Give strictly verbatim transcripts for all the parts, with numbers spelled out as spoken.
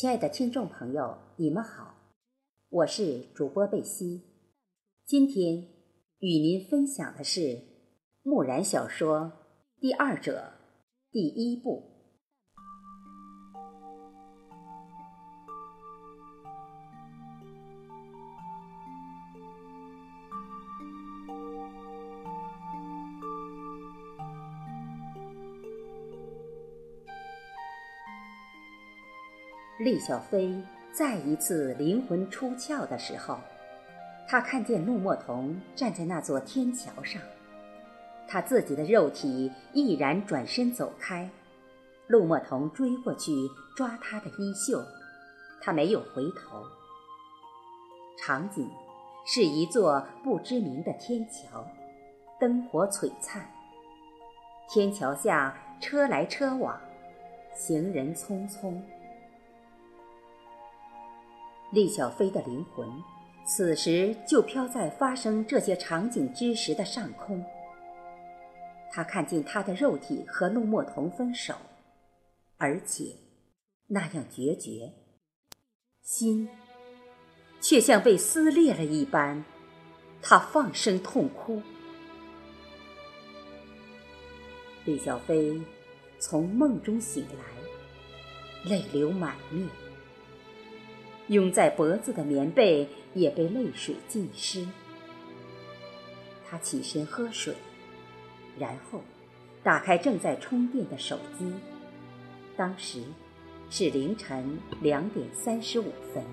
亲爱的听众朋友，你们好，我是主播贝西。今天与您分享的是木然小说第二者第一部。厉小飞再一次灵魂出窍的时候，他看见陆墨桐站在那座天桥上，他自己的肉体毅然转身走开，陆墨桐追过去抓他的衣袖，他没有回头。场景是一座不知名的天桥，灯火璀璨，天桥下车来车往，行人匆匆。厉小飞的灵魂此时就飘在发生这些场景之时的上空，他看见他的肉体和陆墨桐分手，而且那样决绝，心却像被撕裂了一般，他放声痛哭。厉小飞从梦中醒来，泪流满面，拥在脖子的棉被也被泪水浸湿。他起身喝水，然后打开正在充电的手机，当时是凌晨两点三十五分。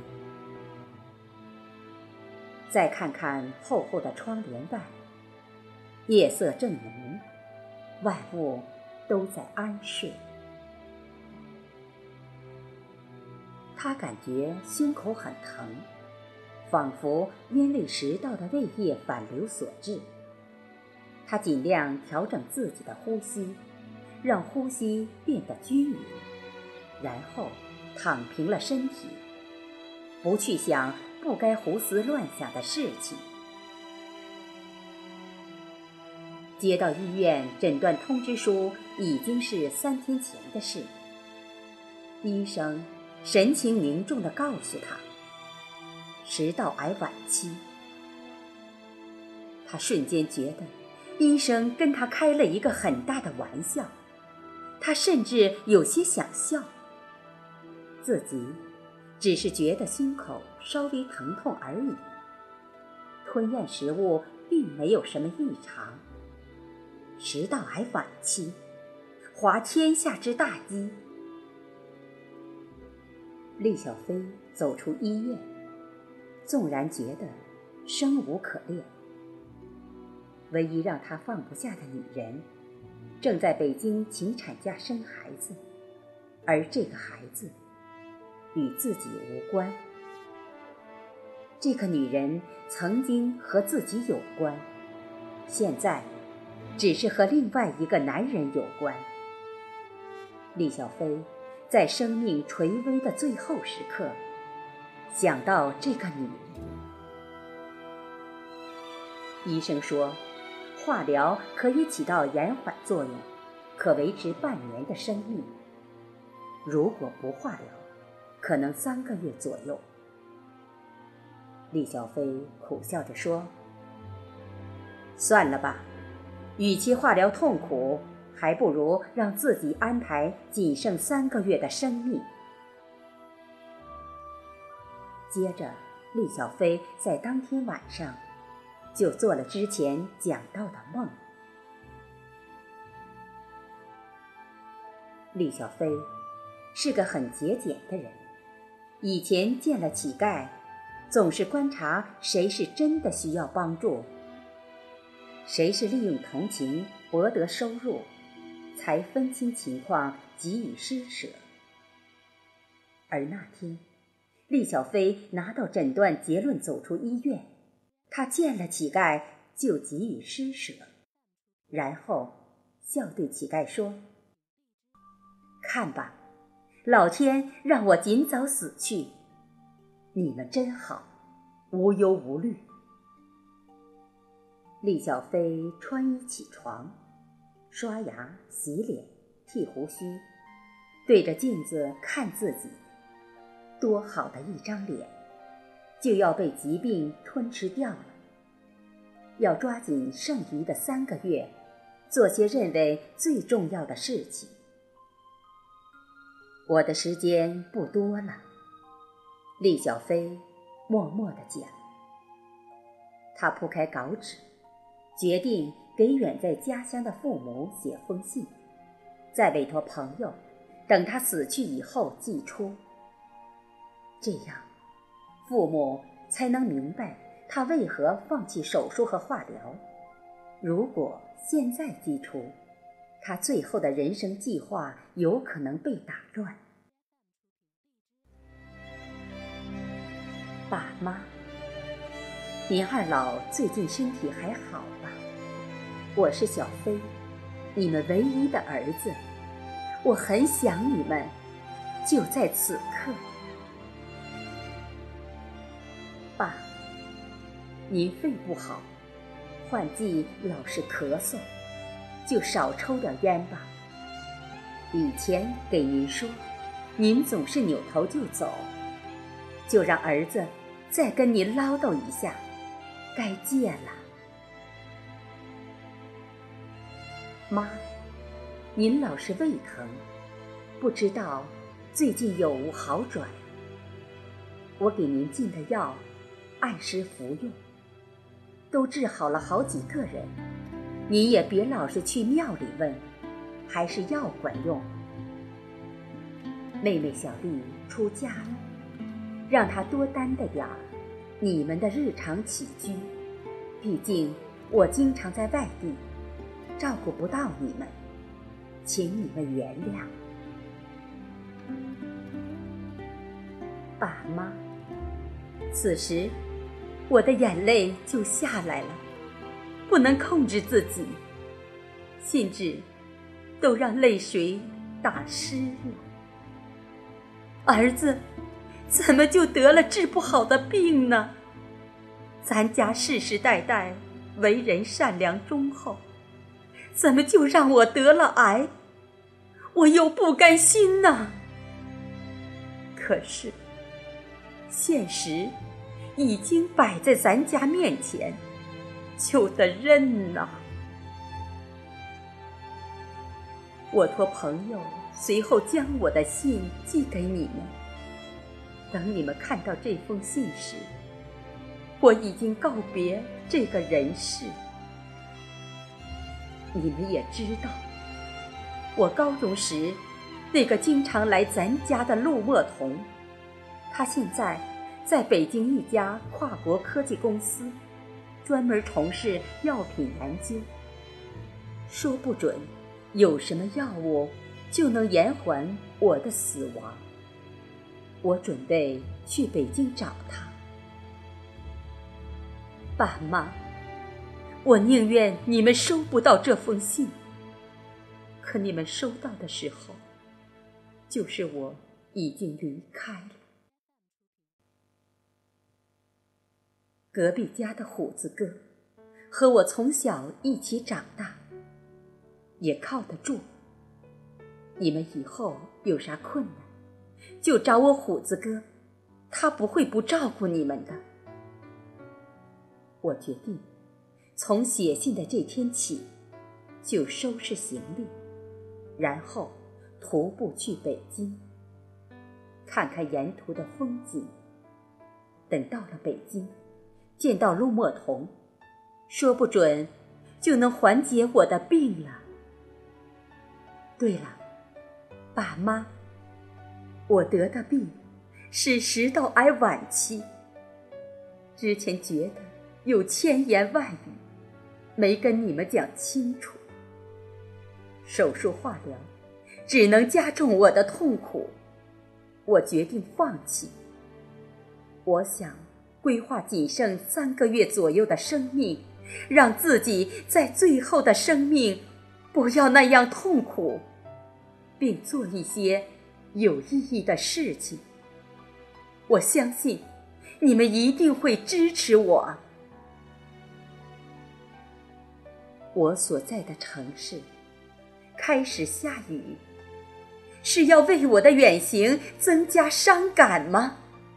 再看看厚厚的窗帘外，夜色正浓，万物都在安睡。他感觉胸口很疼，仿佛因为食道的胃液反流所致。他尽量调整自己的呼吸，让呼吸变得均匀，然后躺平了身体，不去想不该胡思乱想的事情。接到医院诊断通知书已经是三天前的事，医生神情凝重地告诉他，食道癌晚期。他瞬间觉得医生跟他开了一个很大的玩笑，他甚至有些想笑，自己只是觉得心口稍微疼痛而已，吞咽食物并没有什么异常。食道癌晚期，滑天下之大稽。厉小飞走出医院，纵然觉得生无可恋，唯一让他放不下的女人正在北京请产假生孩子，而这个孩子与自己无关。这个女人曾经和自己有关，现在只是和另外一个男人有关。厉小飞在生命垂危的最后时刻，想到这个女人。医生说，化疗可以起到延缓作用，可维持半年的生命。如果不化疗，可能三个月左右。厉小飞苦笑着说，算了吧，与其化疗痛苦，还不如让自己安排仅剩三个月的生命。接着，厉小飞在当天晚上就做了之前讲到的梦。厉小飞是个很节俭的人，以前见了乞丐，总是观察谁是真的需要帮助，谁是利用同情博得收入，才分清情况给予施舍。而那天厉小飞拿到诊断结论走出医院，他见了乞丐就给予施舍，然后笑对乞丐说，看吧，老天让我尽早死去，你们真好，无忧无虑。厉小飞穿衣起床，刷牙洗脸剃胡须，对着镜子看自己， 多好的一张脸，就要被疾病吞吃掉了。要抓紧剩余的三个月，做些认为最重要的事情。我的时间不多了，厉小飞默默地讲。他铺开稿纸，决定给远在家乡的父母写封信，再委托朋友等他死去以后寄出。这样，父母才能明白他为何放弃手术和化疗。如果现在寄出，他最后的人生计划有可能被打乱。爸妈，您二老最近身体还好吧？我是小飞，你们唯一的儿子，我很想你们，就在此刻。爸，您肺不好，换季老是咳嗽，就少抽点烟吧。以前给您说，您总是扭头就走，就让儿子再跟您唠叨一下，该戒了。妈，您老是胃疼，不知道最近有无好转？我给您进的药，按时服用，都治好了好几个人。您也别老是去庙里问，还是药管用。妹妹小丽出嫁了，让她多担待点儿你们的日常起居，毕竟我经常在外地，照顾不到你们，请你们原谅。爸妈，此时我的眼泪就下来了，不能控制自己，甚至都让泪水打湿了。儿子怎么就得了治不好的病呢？咱家世世代代为人善良忠厚，怎么就让我得了癌？我又不甘心呐。可是现实已经摆在咱家面前，就得认呐。我托朋友随后将我的信寄给你们，等你们看到这封信时，我已经告别这个人世。你们也知道，我高中时那个经常来咱家的陆墨彤，他现在在北京一家跨国科技公司，专门从事药品研究。说不准有什么药物就能延缓我的死亡。我准备去北京找他。爸妈，我宁愿你们收不到这封信，可你们收到的时候，就是我已经离开了。隔壁家的虎子哥和我从小一起长大，也靠得住。你们以后有啥困难，就找我虎子哥，他不会不照顾你们的。我决定从写信的这天起就收拾行李，然后徒步去北京，看看沿途的风景。等到了北京，见到陆墨彤，说不准就能缓解我的病了。对了，爸妈，我得的病是食道癌晚期，之前觉得有千言万语没跟你们讲清楚。手术化疗只能加重我的痛苦，我决定放弃。我想规划仅剩三个月左右的生命，让自己在最后的生命不要那样痛苦，并做一些有意义的事情。我相信你们一定会支持我。我所在的城市开始下雨， 是要为我的远行增加伤感吗？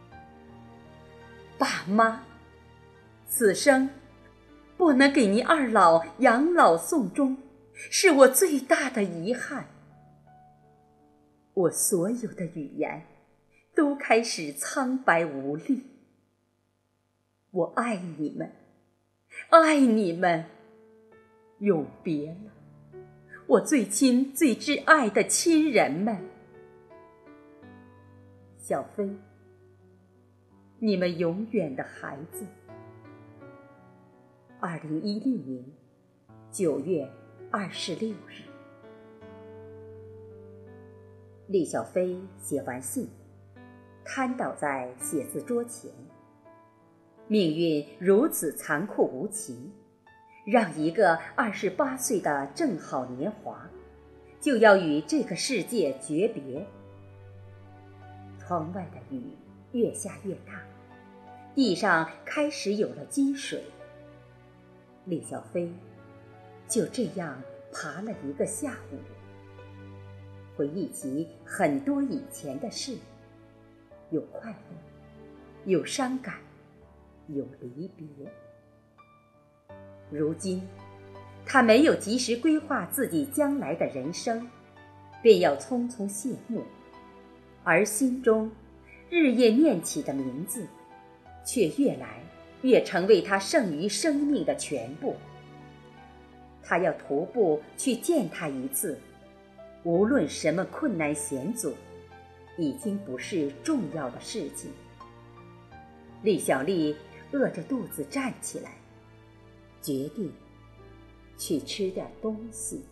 爸妈，此生不能给您二老养老送终，是我最大的遗憾。我所有的语言都开始苍白无力。我爱你们，爱你们，永别了，我最亲最挚爱的亲人们。小飞，你们永远的孩子。二零一六年九月二十六日。厉小飞写完信，瘫倒在写字桌前。命运如此残酷无情，让一个二十八岁的正好年华，就要与这个世界诀别。窗外的雨越下越大，地上开始有了积水。厉小飞就这样爬了一个下午，回忆起很多以前的事，有快乐，有伤感，有离别。如今他没有及时规划自己将来的人生，便要匆匆谢幕，而心中日夜念起的名字，却越来越成为他剩余生命的全部。他要徒步去见他一次，无论什么困难险阻，已经不是重要的事情。厉小丽饿着肚子站起来，决定去吃点东西。